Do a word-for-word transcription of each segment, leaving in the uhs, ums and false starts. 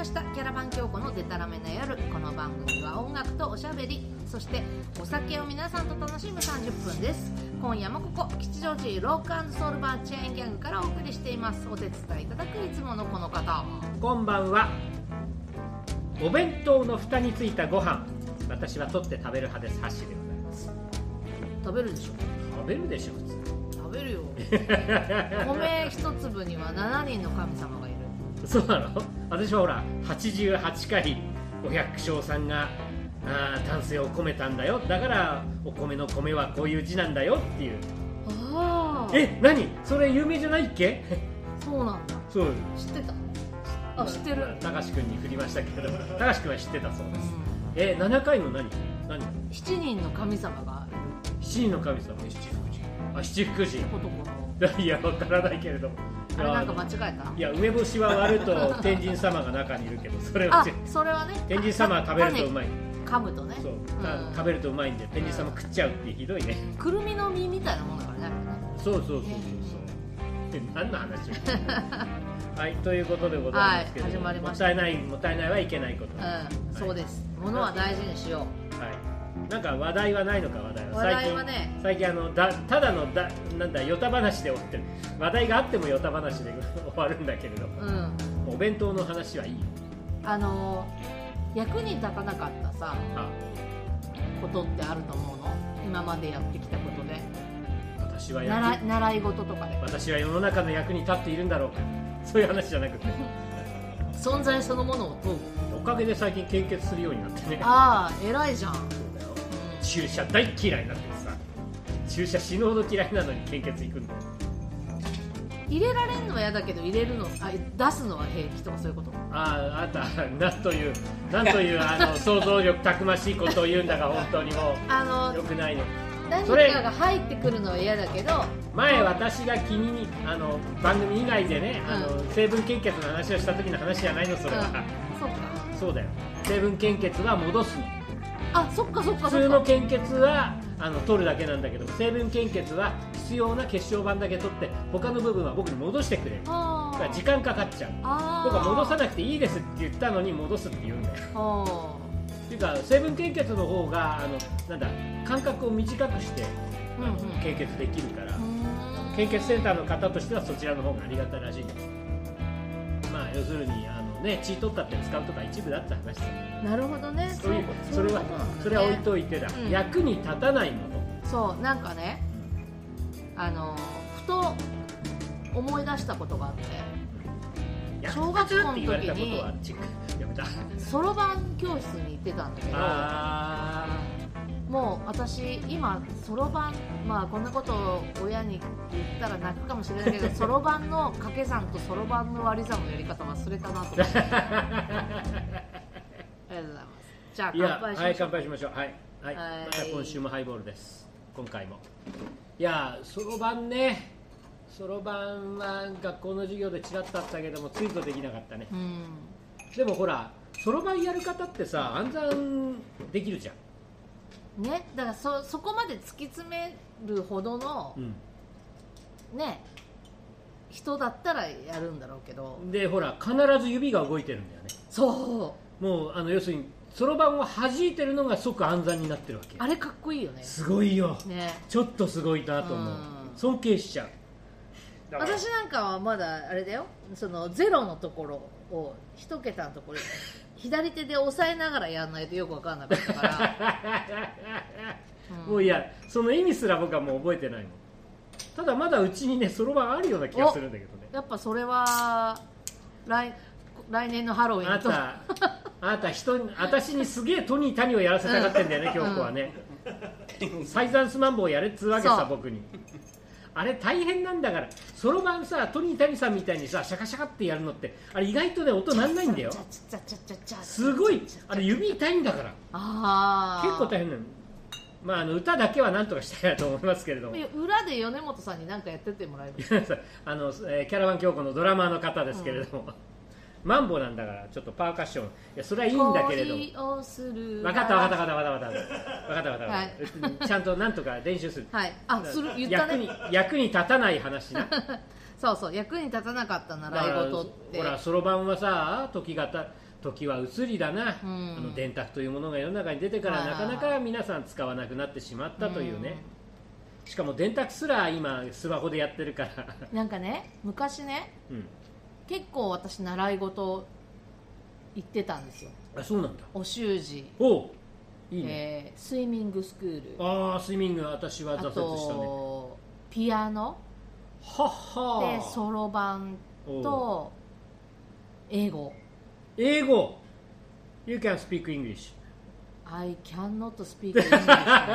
した。キャラバン京子のデタラメな夜。この番組は音楽とおしゃべり、そしてお酒を皆さんと楽しむさんじゅっぷんです。今夜もここ吉祥寺ロック&ソウルバーチェーンギャングからお送りしています。お手伝いいただくいつものこの方。 こんばんは。お弁当の蓋についたご飯、私は取って食べる派です。ハッシーでございます。 食べるでしょ。 食べるでしょ普通。 食べるよ米一粒にはしちにんの神様がいる。 そうなの？私はほらはちじゅうはちかいお百姓さんがあ丹精を込めたんだよ、だからお米の米はこういう字なんだよっていう。 ああ、 え、何それ有名じゃないっけ？ そうなんだ。 そう、 知ってた？あ、知ってる。 たかしくんに振りましたけどたかしくんは知ってたそうです、うん、え、ななかいの何何しちにんの神様がいる。 しちにんの神様、七福神。あ、七福神男のいや、わからないけれども。 あれなんか間違えた？ いや、梅干しは割ると天神様が中にいるけど、それはあ、それはね、 天神様は食べるとうまい。 噛むとね、 そう、 うん、 食べるとうまいんで天神様食っちゃうってひどいね。 くるみの実みたいなもんだからね。 そうそうそうそうそう。え、何の話はい、ということでございますけど、はい、始まりました。もったいない、もったいないはいけないこと、うん、 はい、そうです。物は大事にしよう。はい。なんか話題はないのか。話題は最近、 話題はね、 最近あのだただのだなんだヨタ話で終わってる。話題があってもヨタ話で終わるんだけれど、うん、お弁当の話はいいよ。 あの役に立たなかったさあことってあると思うの？今までやってきたことで。 私は習い、習い事とかで。 私は世の中の役に立っているんだろうか。そういう話じゃなくて存在そのものを問う。 おかげで最近献血するようになってね。 ああ、偉いじゃん。そうだよ、うん、注射大嫌いになってさ、注射死ぬほど嫌いなのに献血行くんだよ。 入れられるのは嫌だけど入れるの、あ、出すのは平気とかそういうこと？ ああ、あんたなんというなんというあの想像力たくましいことを言うんだが本当にもうあのよくないの。 何かが入ってくるのは嫌だけど、 前私が君にあの番組以外でね、うん、あの成分献血の話をした時の話じゃないのそれは、うん、 そっか、 そうだよ。成分献血は戻すの。 あ、そっかそっか。 普通の献血はあの取るだけなんだけど、成分献血は必要な血小板だけ取って他の部分は僕に戻してくれる。だから時間かかっちゃう。僕は戻さなくていいですって言ったのに戻すって言うんだよ。っていうか成分献血の方があのなんだ間隔を短くして、うんうん、献血できるから、献血センターの方としてはそちらの方がありがたいらしいんです。まあ要するにあのね、血取ったって使うとか一部だった話です。 なるほどね。 そういうそれはそれは置いといてだ、うん、役に立たないもの。そうなんかね、あのふと思い出したことがあって、小学校の時にそろばん教室に行ってたんだけど、もう私今そろばん、まあこんなことを親に言ったら泣くかもしれないけどそろばんの掛け算とそろばんの割り算のやり方忘れたなと思ってありがとうございます。じゃあ乾杯しましょう。 はい、乾杯しましょう。はい、はい、また今週もハイボールです。今回もいやそろばんね、そろばんは学校の授業でちらっとあったけどもついぞできなかったね、うん、でもほらそろばんやる方ってさ暗算できるじゃんね。だから そ, そこまで突き詰めるほどの、うん、ね人だったらやるんだろうけど、 でほら必ず指が動いてるんだよね。 そうもうあの要するにそろばんを弾いてるのが即暗算になってるわけ。 あれかっこいいよね。 すごいよ、 ね、 ちょっとすごいなと思う、うん、尊敬しちゃう。 私なんかはまだあれだよ、そのゼロのところを一桁のところ左手で押さえながらやらないとよく分かんなかったから、 うん、もういやその意味すら僕はもう覚えてないの。ただまだうちにねそろばんあるような気がするんだけどね。 やっぱそれは 来, 来年のハロウィンとあなたあなた人に私にすげえトニー谷をやらせたがってんだよね京子はね、うん、サイザンスマンボウやれっつうわけさ僕に。あれ大変なんだから、そろばんさトニー谷さんみたいにさシャカシャカってやるのってあれ意外とね音なんないんだよ。すごいあれ指痛いんだから。あ結構大変なの。まあ、あの歌だけはなんとかしたいなと思いますけれども、 裏で米本さんに何かやってってもらえるあの、えー、キャラバン京子のドラマーの方ですけれども、うん、マンボなんだからちょっとパーカッション、いやそれはいいんだけれども、分かった分かった分かった分かった分かった分かった分かった、はい、ちゃんとなんとか練習する、 はい、あする言ったね、 役に役に立たない話なそそうそう、役に立たなかった習い事ってほらそろばんはさ、時がた時は移りだな、 うん、 あの電卓というものが世の中に出てからなかなか皆さん使わなくなってしまったというね、うん、しかも電卓すら今スマホでやってるからなんかね、昔ね、うん、結構私習い事行ってたんですよ。 あ、そうなんだ。 お習字、 おいいね、 えー、スイミングスクール、 ああスイミング私は挫折したね。あとピアノははでそろばんと英語。 英語 You can speak English I cannot speak English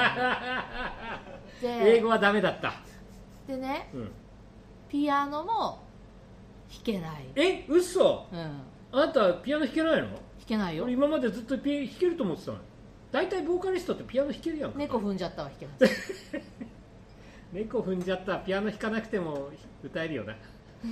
で英語はダメだった。 でね、うん、ピアノも弾けない。 え、嘘、うん、あなたピアノ弾けないの？弾けないよ。 俺今までずっとピ弾けると思ってたの。大体ボーカリストってピアノ弾けるやんか。 猫踏んじゃったわ、弾けない猫踏んじゃったピアノ弾かなくても歌えるよな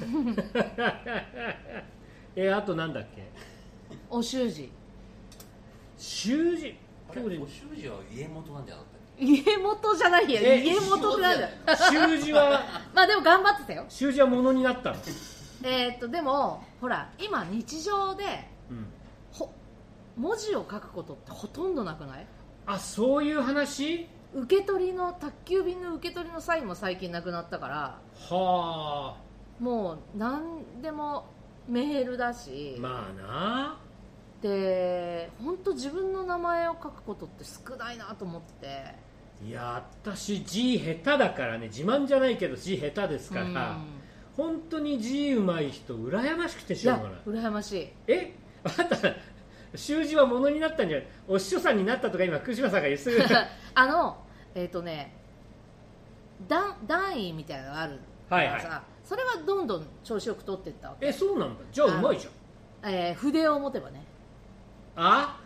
え、あとなんだっけ？ お習字。 習字。 お習字は家元なんじゃなかったっけ？家元じゃないや。家元ってなんだよ。 習字はまあでも頑張ってたよ。 習字はものになったの。 えっとでもほら今日常で、うん、ほ文字を書くことってほとんどなくない？ あ、そういう話？ 受け取りの宅急便の受け取りのサインも最近なくなったから、 はあ、 もう何でもメールだし、 まあな。 で本当自分の名前を書くことって少ないなと思って。 いや私字下手だからね。自慢じゃないけど字下手ですから、うん、本当に字うまい人羨ましくてしょうがない。 いや羨ましい。 え、あなた習字はものになったんじゃない？お師匠さんになったとか今福島さんが言ってるあのえっ、ー、とね段位みたいなのがあるからさ、はいはい、それはどんどん調子よく取っていったわけ。 え、そうなんだ。じゃあうまいじゃん。えー、筆を持てばね。 あ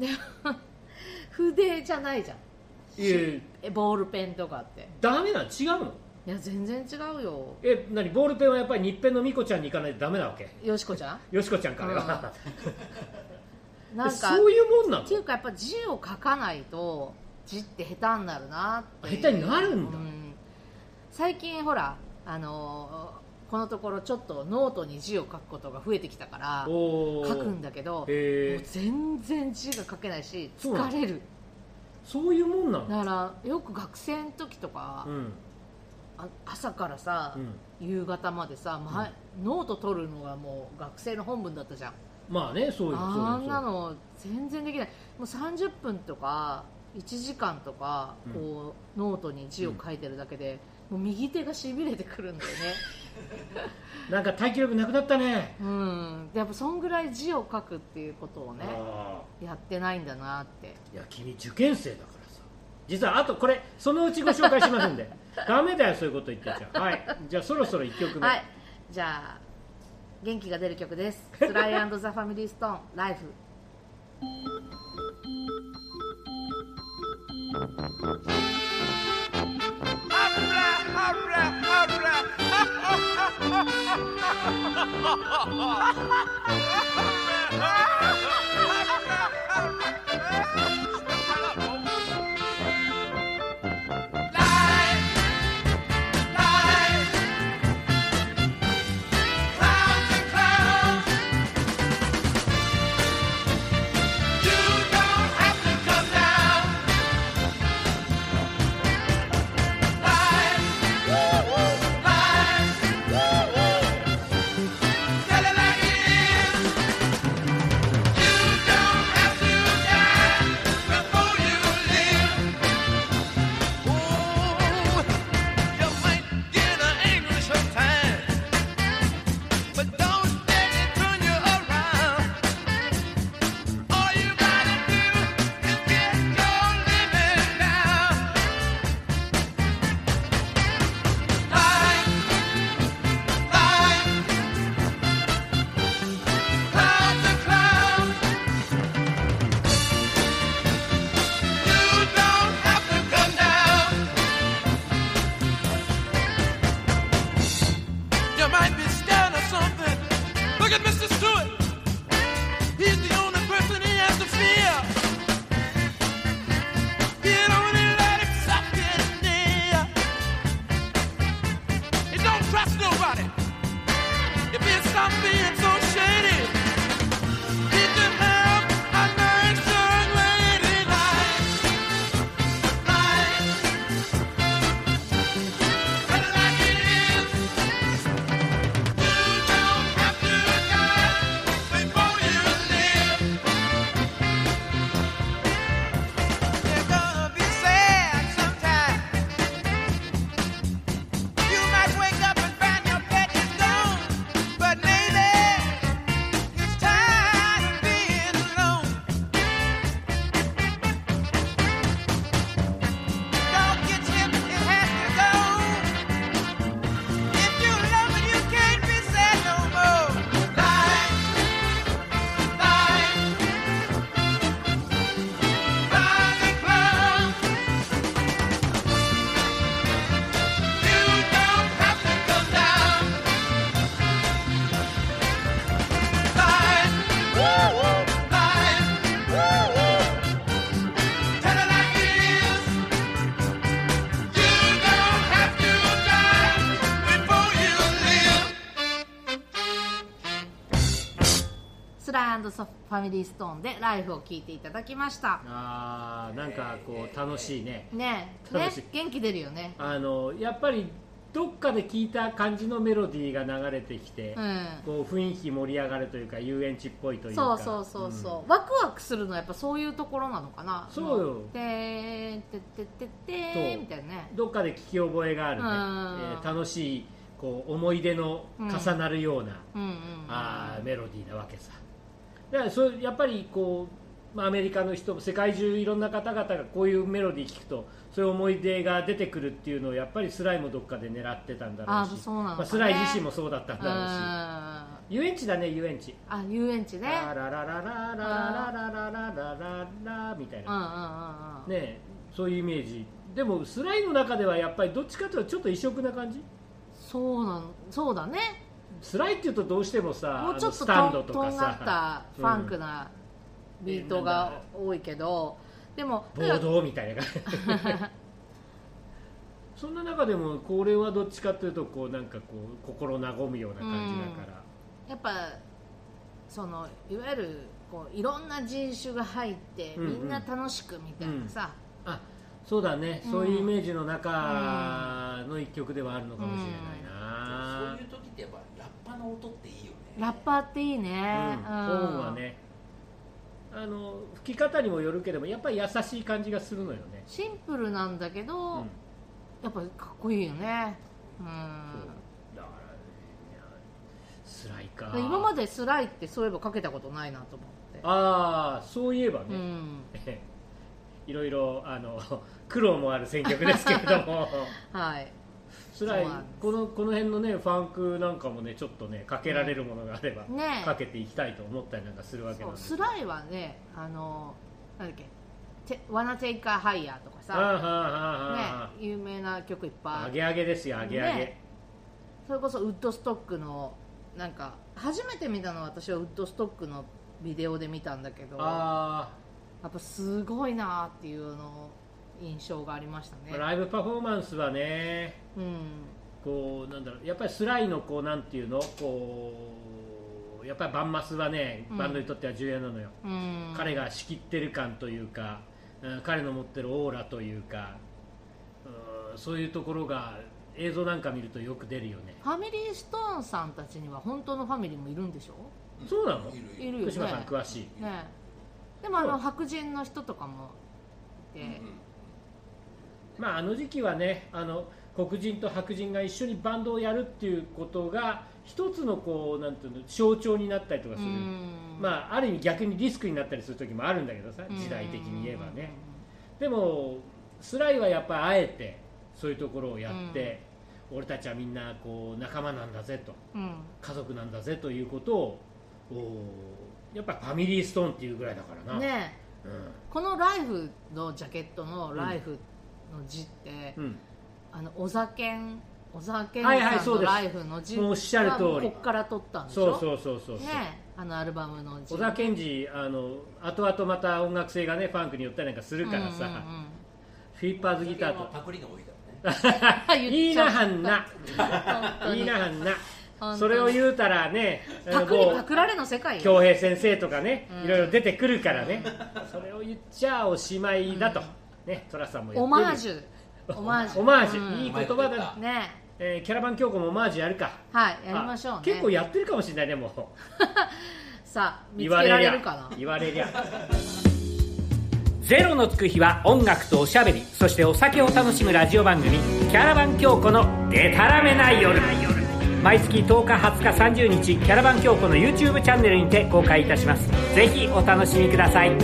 筆じゃないじゃん。 えー、ボールペンとかってダメなの？違うの？ いや全然違うよ。 え、何ボールペンはやっぱり日ペンのみこちゃんに行かないとダメなわけ？ よしこちゃんよしこちゃんから、うんなんかそういうもんなの？ っていうかやっぱ字を書かないと字って下手になるなって。 下手になるんだ、うん、 最近ほらあのー、このところちょっとノートに字を書くことが増えてきたから書くんだけど、もう全然字が書けないし疲れる。 そういうもんなの？ だからよく学生の時とか、うん、あ朝からさ、うん、夕方までさ、まうん、ノート取るのがもう学生の本分だったじゃん。 まあね、そういうあんなの全然できない。もうさんじゅっぷんとかいちじかんとかこう、うん、ノートに字を書いてるだけで、もう右手がしびれてくるんだよねなんか耐久力なくなったね。 うん、でやっぱそんぐらい字を書くっていうことをねやってないんだなって。 いや君受験生だからさ。実はあとこれそのうちご紹介しますんでダメだよそういうこと言ってちゃう。はい、じゃあそろそろいっきょくめ、はい、 じゃあ元気が出る曲です。スライ&ザ・ファミリー・ストーン、ライフ。 You ファミリーストーンでライフを聴いていただきました。 あーなんかこう楽しいね。 ねえ、 楽しいね、元気出るよね。 あのやっぱりどっかで聞いた感じのメロディーが流れてきて、 うん、 こう雰囲気盛り上がるというか遊園地っぽいというか、 そうそうそうそう、うん、ワクワクするのはやっぱそういうところなのかな。 そうよ。 てーてってってってみたいなね。 どっかで聞き覚えがあるね、うんえー、楽しいこう思い出の重なるような、うんうんうんうん、あメロディーなわけさ。だからそれやっぱりこうアメリカの人も世界中いろんな方々がこういうメロディー聞くとそういう思い出が出てくるっていうのをやっぱりスライもどっかで狙ってたんだろうし、 あそうなのかね、 まあ、スライ自身もそうだったんだろうし、遊園地だね遊園地。 あ遊園地ね。 ララララララララララララみたいなね、そういうイメージ。でもスライの中ではやっぱりどっちかというとちょっと異色な感じ。 そうなんそうだね。 スライっていうとどうしてもさもうちょっとスタンドとかとんがったファンクなビートが多いけど、うん、でも暴動みたいなそんな中でもこれはどっちかというとこうなんかこう心和むような感じだから、 うん、やっぱそのいわゆるこういろんな人種が入ってみんな楽しくみたいなさ、 うんうん、あそうだね、うん、そういうイメージの中の一曲ではあるのかもしれないな、 うん、そういう時ってやっぱラッパの音っていいよね。 ラッパーっていいね、 うん、音はねあの吹き方にもよるけどもやっぱり優しい感じがするのよね。 シンプルなんだけど、うん、やっぱりかっこいいよね、うん、そうだからスライか。 今までスライってそういえばかけたことないなと思って。 ああそういえばね、うん、いろいろあの苦労もある選曲ですけれどもはいスライこのこの辺のねファンクなんかもねちょっとねかけられるものがあれば、ね、かけていきたいと思ったりなんかするわけなんです。 スライはねあのなんだっけワナテイカーハイヤーとかさ、ね、有名な曲いっぱいあげあげですよあげあげ、ね、 それこそウッドストックのなんか初めて見たのは私はウッドストックのビデオで見たんだけど、あやっぱすごいなっていうの印象がありましたね。 ライブパフォーマンスはね、うん、こうなんだろうやっぱりスライのこうなんていうのこうやっぱりバンマスはねバンドにとっては重要なのよ、うん、彼が仕切ってる感というか、うん、彼の持ってるオーラというか、うん、そういうところが映像なんか見るとよく出るよね。 ファミリーストーンさんたちには本当のファミリーもいるんでしょ。 そうなの。 いるよね。 福島さん詳しい、 ね、でもあの白人の人とかもいて、うんまあ、あの時期はねあの黒人と白人が一緒にバンドをやるっていうことが一つのこうなんていうの象徴になったりとかする、まあ、ある意味逆にリスクになったりする時もあるんだけどさ時代的に言えばね。でもスライはやっぱりあえてそういうところをやって、うん、俺たちはみんなこう仲間なんだぜと、うん、家族なんだぜということをやっぱりファミリーストーンっていうぐらいだからな、 ねうん、このライフのジャケットのライフ、うんの字って、うん、あのお酒んお酒んさんのライフの字おっしゃる通りこっから取ったんでしょ。 そうそうそうそうねあのアルバムの字お酒ん字あの後々また音楽性がねファンクによったりなんかするからさ、うんうんうん、フィリッパーズギターとパクリが多いからねいいなはんないいなはんなそれを言うたらねパクリパクられの世界よ京平先生とかね、うん、いろいろ出てくるからねそれを言っちゃおしまいだと、うんね、トラさんも言ってるオマージュオマージュオマージュ、うん、いい言葉だね、 えー、キャラバン教皇もオマージュやるか。 はいやりましょうね。 結構やってるかもしれないねもうさあ見つけられるかな言われりゃゼロのつく日は音楽とおしゃべりそしてお酒を楽しむラジオ番組キャラバン教皇のデタラメな夜毎月とおかはつかさんじゅうにちキャラバン教皇の YouTube チャンネルにて公開いたします。ぜひお楽しみください。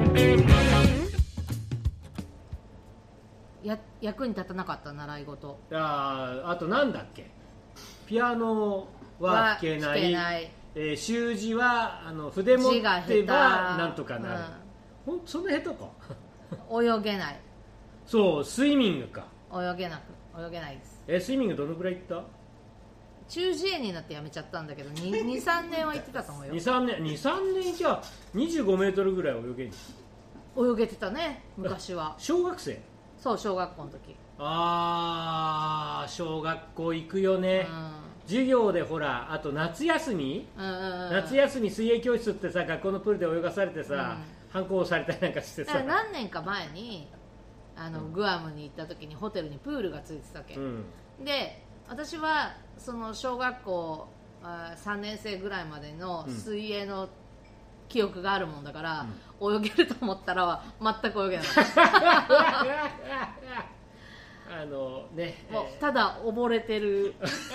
や役に立たなかった習い事。 ああとなんだっけピアノは弾けない、ないえー、習字はあの筆持ってばなんとかなる、うん、ほんその下手か泳げないそうスイミングか泳げなく泳げないです。 えスイミングどのくらい行った。 中耳炎になってやめちゃったんだけど にさんねんは行ってたと思うよ。 にさんねんにさんねんじゃにじゅうごメートルぐらい泳げん泳げてたね昔は。 小学生。そう小学校の時。 ああ小学校行くよね、うん、 授業でほらあと夏休み、うんうんうん、夏休み水泳教室ってさ学校のプールで泳がされてさ、うん、反抗されたりなんかしてさ何年か前にあの、うん、グアムに行った時にホテルにプールがついてたわけ、うん、で私はその小学校あさんねん生ぐらいまでの水泳の記憶があるもんだから、うん、泳げると思ったら全く泳げなかったあのね、 もうただ溺れてる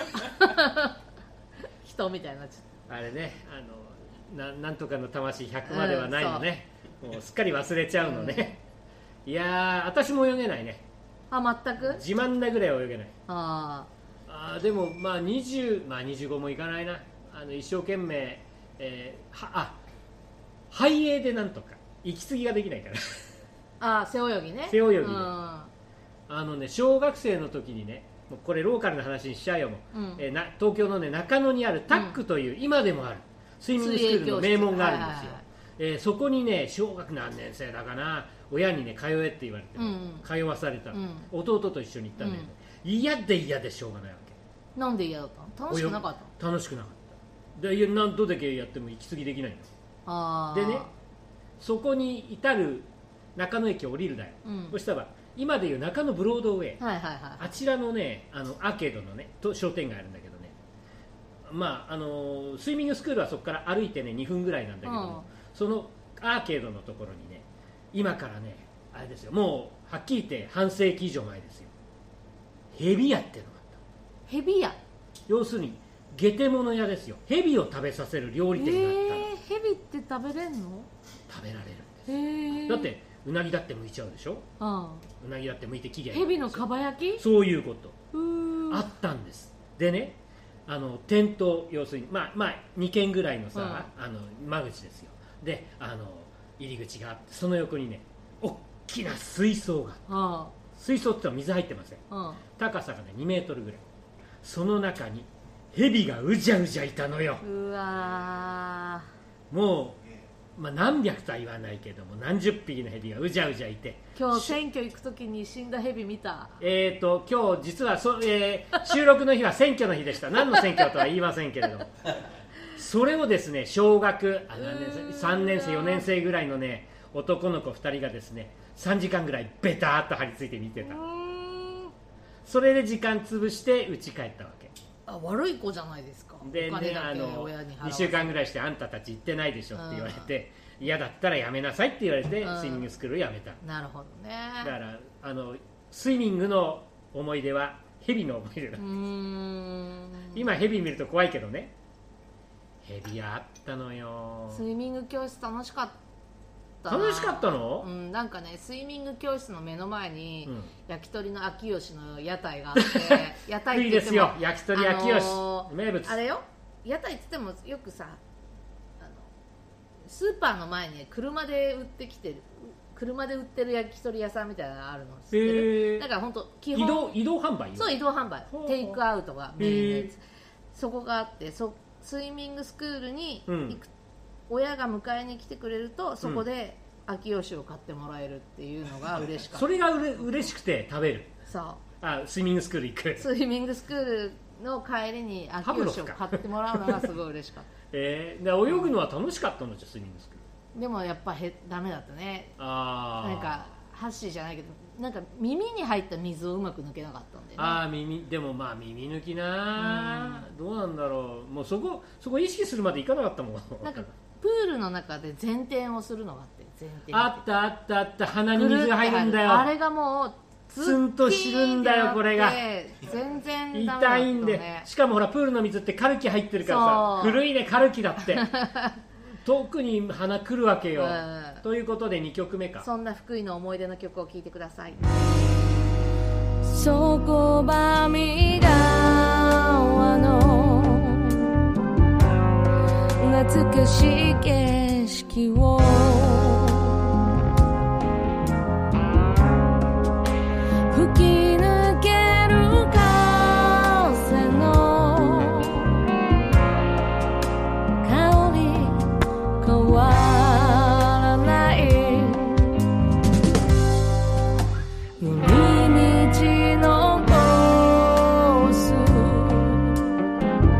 人みたいになっちゃった。 あれね、あの な, なんとかの魂ひゃくまではないのね、うん、もうすっかり忘れちゃうのね、うん、いやー私も泳げないね。 あ、全く自慢なぐらい泳げない。 ああでもまあにじゅう、まあ、にじゅうごもいかないな。あの一生懸命、えー、はあ背泳でなんとか息継ぎができないからあ背泳ぎね背泳ぎで、うん、あのね小学生の時にね、もうこれローカルな話にしちゃうよもう、うんえー、な東京の、ね、中野にあるタックという、うん、今でもあるスイミングスクールの名門があるんですよ、はいはいはいえー、そこにね小学何年生だかな親にね通えって言われて、ねうん、通わされた、うん、弟と一緒に行ったんだけど、うん、嫌で嫌でしょうがないわけ。 なんで嫌だったの？楽しくなかった？ 楽しくなかった。でいや何度だけやっても息継ぎできないんです。あでねそこに至る中野駅を降りるだよ、うん、そしたら今でいう中野ブロードウェイ、はいはいはい、あちらのねあのアーケードのねと商店街あるんだけどね、まああのスイミングスクールはそこから歩いてねにふんぐらいなんだけども、うん、そのアーケードのところにね今からねあれですよ、もうはっきり言って半世紀以上前ですよ、ヘビ屋っていうのがあった。 ヘビ屋、 要するにゲテモノ屋ですよ。ヘビを食べさせる料理店があったの。 えー、ヘビって食べれんの？ 食べられるんです、えー、だってうなぎだって剥いちゃうでしょ。ああうなぎだって剥いて期限。 ヘビのかば焼き？ そういうことあったんです。でねあの店頭要するに、まあまあ、にけんぐらいのさ、うん、あの間口ですよ。であの入り口があってその横にね大きな水槽が、ああ水槽って言ったら水入ってません、ああ高さがねにメートルぐらい、その中にヘビがうじゃうじゃいたのよ。 うわもう、まあ、何百とは言わないけども何十匹のヘビがうじゃうじゃいて、 今日選挙行くときに死んだヘビ見た。 えーと今日実はそ、えー、収録の日は選挙の日でした。何の選挙とは言いませんけれどもそれをですね小学あ何年生さんねん生よねん生ぐらいのね男の子ふたりがですねさんじかんぐらいベターっと張り付いて見てた。それで時間潰して家帰ったわけ。 あ、悪い子じゃないですか。 でね、あのにしゅうかんぐらいしてあんたたち行ってないでしょって言われて、嫌だったらやめなさいって言われてスイミングスクールをやめた。 なるほどね。 だからあのスイミングの思い出はヘビの思い出だ。うーん今ヘビ見ると怖いけどね、ヘビあったのよ。 スイミング教室楽しかったな。 楽しかったの？ うん、なんかねスイミング教室の目の前に、うん、焼き鳥の秋吉の屋台があって屋台って言ってもいいですよ、 焼き鳥秋吉、あのー、名物。 あれよ、屋台って言ってもよくさあのスーパーの前に車で売ってきてる車で売ってる焼き鳥屋さんみたいなのあるの知ってる？だから本当基本移動移動販売。 そう移動販売、テイクアウトがメインのやつ。そこがあってそスイミングスクールに行く、うん親が迎えに来てくれるとそこで秋吉を買ってもらえるっていうのが嬉しかった、うん、 それがうれ嬉しくて食べる。 そうあスイミングスクール行くスイミングスクールの帰りに秋吉を買ってもらうのがすごい嬉しかったえー、で泳ぐのは楽しかったのじゃスイミングスクール。でもやっぱへダメだったね。あなんかハッシーじゃないけどなんか耳に入った水をうまく抜けなかったんで、ね、 あ耳でもまあ耳抜きな、うん、どうなんだろう。もうそこそこ意識するまでいかなかったもん。 なんかプールの中で前転をするのがあって前転あったあったあった鼻に水が入るんだよ。 あれがもうツンと知るんだよこれが。 全然ダメだった、ね、 痛いんで。しかもほらプールの水ってカルキ入ってるからさ古いねカルキだって特に鼻くるわけよ、うん、ということでにきょくめか。 そんな福井の思い出の曲を聴いてください。 そこばみだわの懐かしい景色を吹き抜ける風の香り変わらない寄り道のコース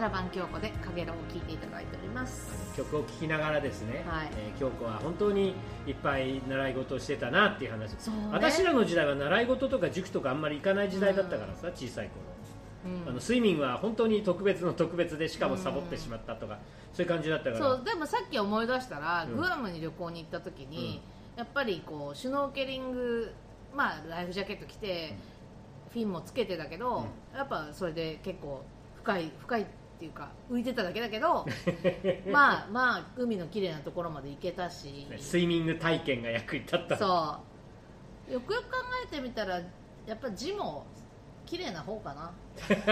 ラバン京子でかげろうを聴いていただいております。 曲を聴きながらですね、 はい、 えー、京子は本当にいっぱい習い事をしてたなっていう話、 そうね、 私らの時代は習い事とか塾とかあんまり行かない時代だったからさ、うん、小さい頃、うん、あのスイミングは本当に特別の特別でしかもサボってしまったとか、うん、そういう感じだったから。 そうでもさっき思い出したら、うん、グアムに旅行に行った時に、うん、やっぱりこうシュノーケリング、まあ、ライフジャケット着て、うん、フィンもつけてたけど、うん、やっぱそれで結構深い深いっていうか浮いてただけだけどまあまあ海の綺麗なところまで行けたし、 スイミング体験が役に立った。 そうよくよく考えてみたらやっぱ字も綺麗な方かな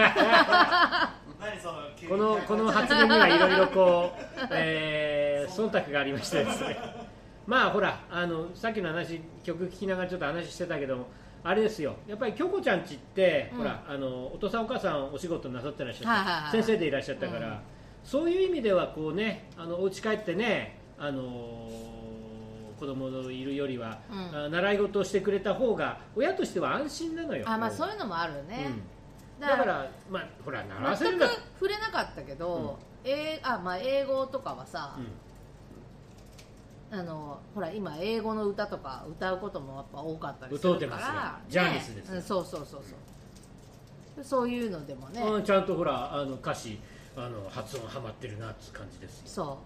このこの発言にはいろいろこう、えー、忖度がありましてですねまあほらあのさっきの話曲聴きながらちょっと話してたけども、あれですよ、やっぱり京子ちゃんちって、うん、ほらあのお父さんお母さんお仕事なさってらっしゃって、はいはいはい、先生でいらっしゃったから、うん、そういう意味ではこうね、あのお家帰ってね、あのー、子供のいるよりは、うん、習い事をしてくれた方が親としては安心なのよ。 あ、まあ、そういうのもあるね、 うん、だから、まあ、ほら習わせるんだ。 全く触れなかったけど、うん、えーあまあ、英語とかはさ、うんあのほら今英語の歌とか歌うこともやっぱ多かったりするから、歌うてますよ、 ジャーニスです、 ね、うん、そうそうそうそうそういうのでもね、 うん、ちゃんとほらあの歌詞あの発音はまってるなって感じですよ。 そう、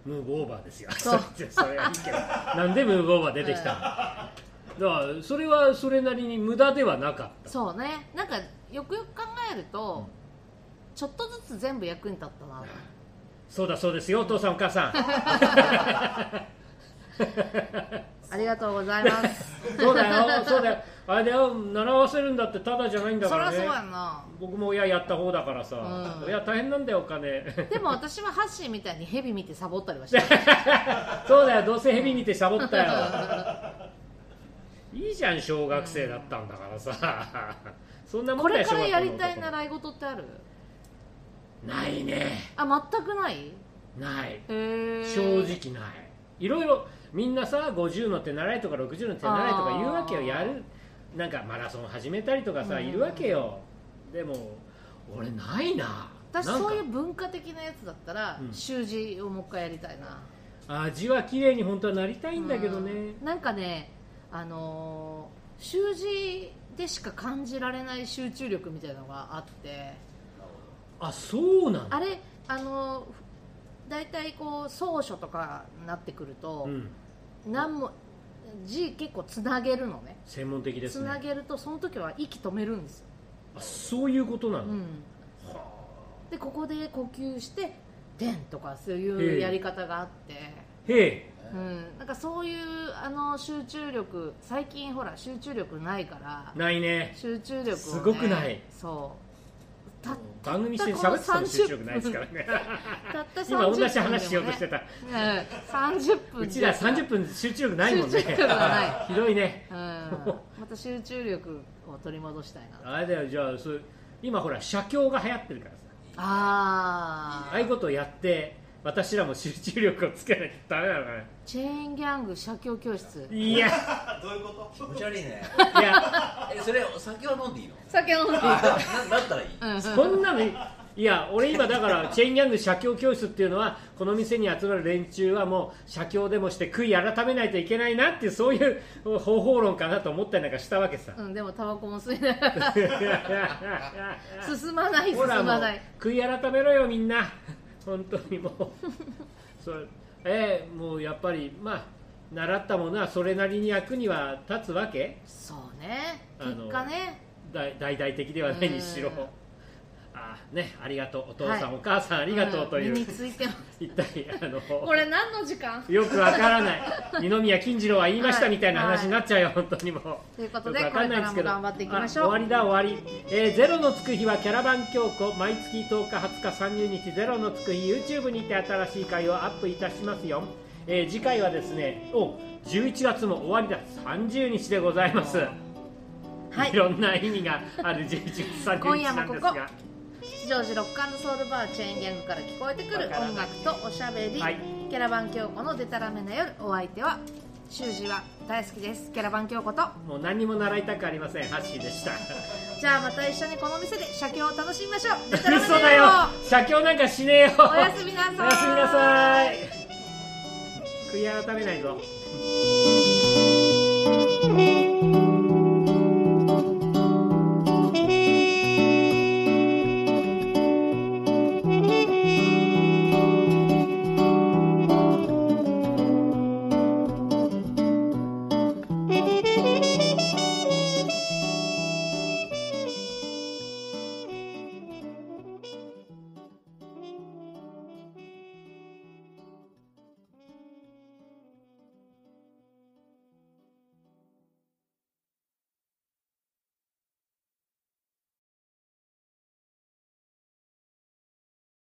うん、ムーブオーバーですよ。そうそれはいいけどなんでムーブオーバー出てきた、うん、だからそれはそれなりに無駄ではなかった。 そうね、なんかよくよく考えると、うん、ちょっとずつ全部役に立ったな。 そうだそうですよ、お父さんお母さんありがとうございますそうだよそうだよ、あれだよ、習わせるんだってただじゃないんだからね。 そりゃそうやな。 僕も親やった方だからさ、うん、親大変なんだよお金でも私はハッシーみたいにヘビ見てサボったりはしてそうだよ、どうせヘビ見てサボったよいいじゃん、小学生だったんだからさ、うん、そんなもんだよ。 これからやりたい習い事ってある？ ないね。 あ、全くない？ ない。 へ正直ない。いろいろみんなさ、ごじゅうの手習いとかろくじゅうの手習いとか言うわけよ。やるなんかマラソン始めたりとかさ、いるわけよ。でも俺ないな。 私そういう文化的なやつだったら、うん、習字をもう一回やりたいな。 あ、字は綺麗に本当はなりたいんだけどね、 うん、なんかね、あのー、習字でしか感じられない集中力みたいなのがあって、 あ、そうなの。 あれ、あのだいたいこう草書とかになってくると、うん、なんも字結構つなげるのね。 専門的ですね。 つなげるとその時は息止めるんですよ。 あ、そういうことなの、うん、 はあ、でここで呼吸してでんとかそういうやり方があって、 へえ、 うん、なんかそういうあの集中力、最近ほら集中力ないから。 ないね。 集中力を、ね、 すごくない。 そう番組して喋ってたら集中力ないですからねたった今同じ話しようとしてた、 ね、さんじゅっぷんうちらさんじゅっぷん集中力ないもんね。 集中力がないひどいね、 うん、また集中力を取り戻したいな。 あれだよ、じゃあそれ今ほら写経が流行ってるからさ、 あああいうことをやって私らも集中力をつけなきゃダメなのかね。 チェーンギャング写経教室。 いやどういうこと？気持ち悪いね。 いやえ、それお酒は飲んでいいの？ 酒飲んでいい。 だったらいい、 うん、 そんなのいや、俺今だからチェーンギャング写経教室っていうのはこの店に集まる連中はもう写経でもして悔い改めないといけないなっていう、そういう方法論かなと思ったりなんかしたわけさ、 うん、でもタバコも吸いながら進まない進まない。 悔い改めろよみんな本当にもうそれ、えー、もうやっぱりまあ習ったものはそれなりに役には立つわけ。 そうね、結果ね、 大々的ではないにしろ、あね、ありがとうお父さん、はい、お母さんありがとうという、 身について一体あのこれ何の時間よくわからない二宮金次郎は言いましたみたいな話になっちゃうよ、はい、本当にもうということでこれからも頑張っていきましょう。 終わりだ終わり、えー、ゼロのつく日はキャラバン京子、毎月とおか、はつか、さんじゅうにちゼロのつく日 YouTube にて新しい回をアップいたしますよ。えー、次回はですね、おじゅういちがつも終わりだ、さんじゅうにちでございます。はい、いろんな意味があるじゅういちがつさんじゅうにちなんですが、 吉祥寺ロック&ソウルバーチェーンギャングから聞こえてくる音楽とおしゃべり、はい、キャラバン京子のデタラメな夜、お相手は習字は大好きですキャラバン京子と、 もう何にも習いたくありませんハッシーでした。 じゃあまた一緒にこの店で写経を楽しみましょう。デタラメな夜。 嘘だよ写経なんかしねえよ。 おやすみなさい。 おやすみなさい。悔い改めないぞ。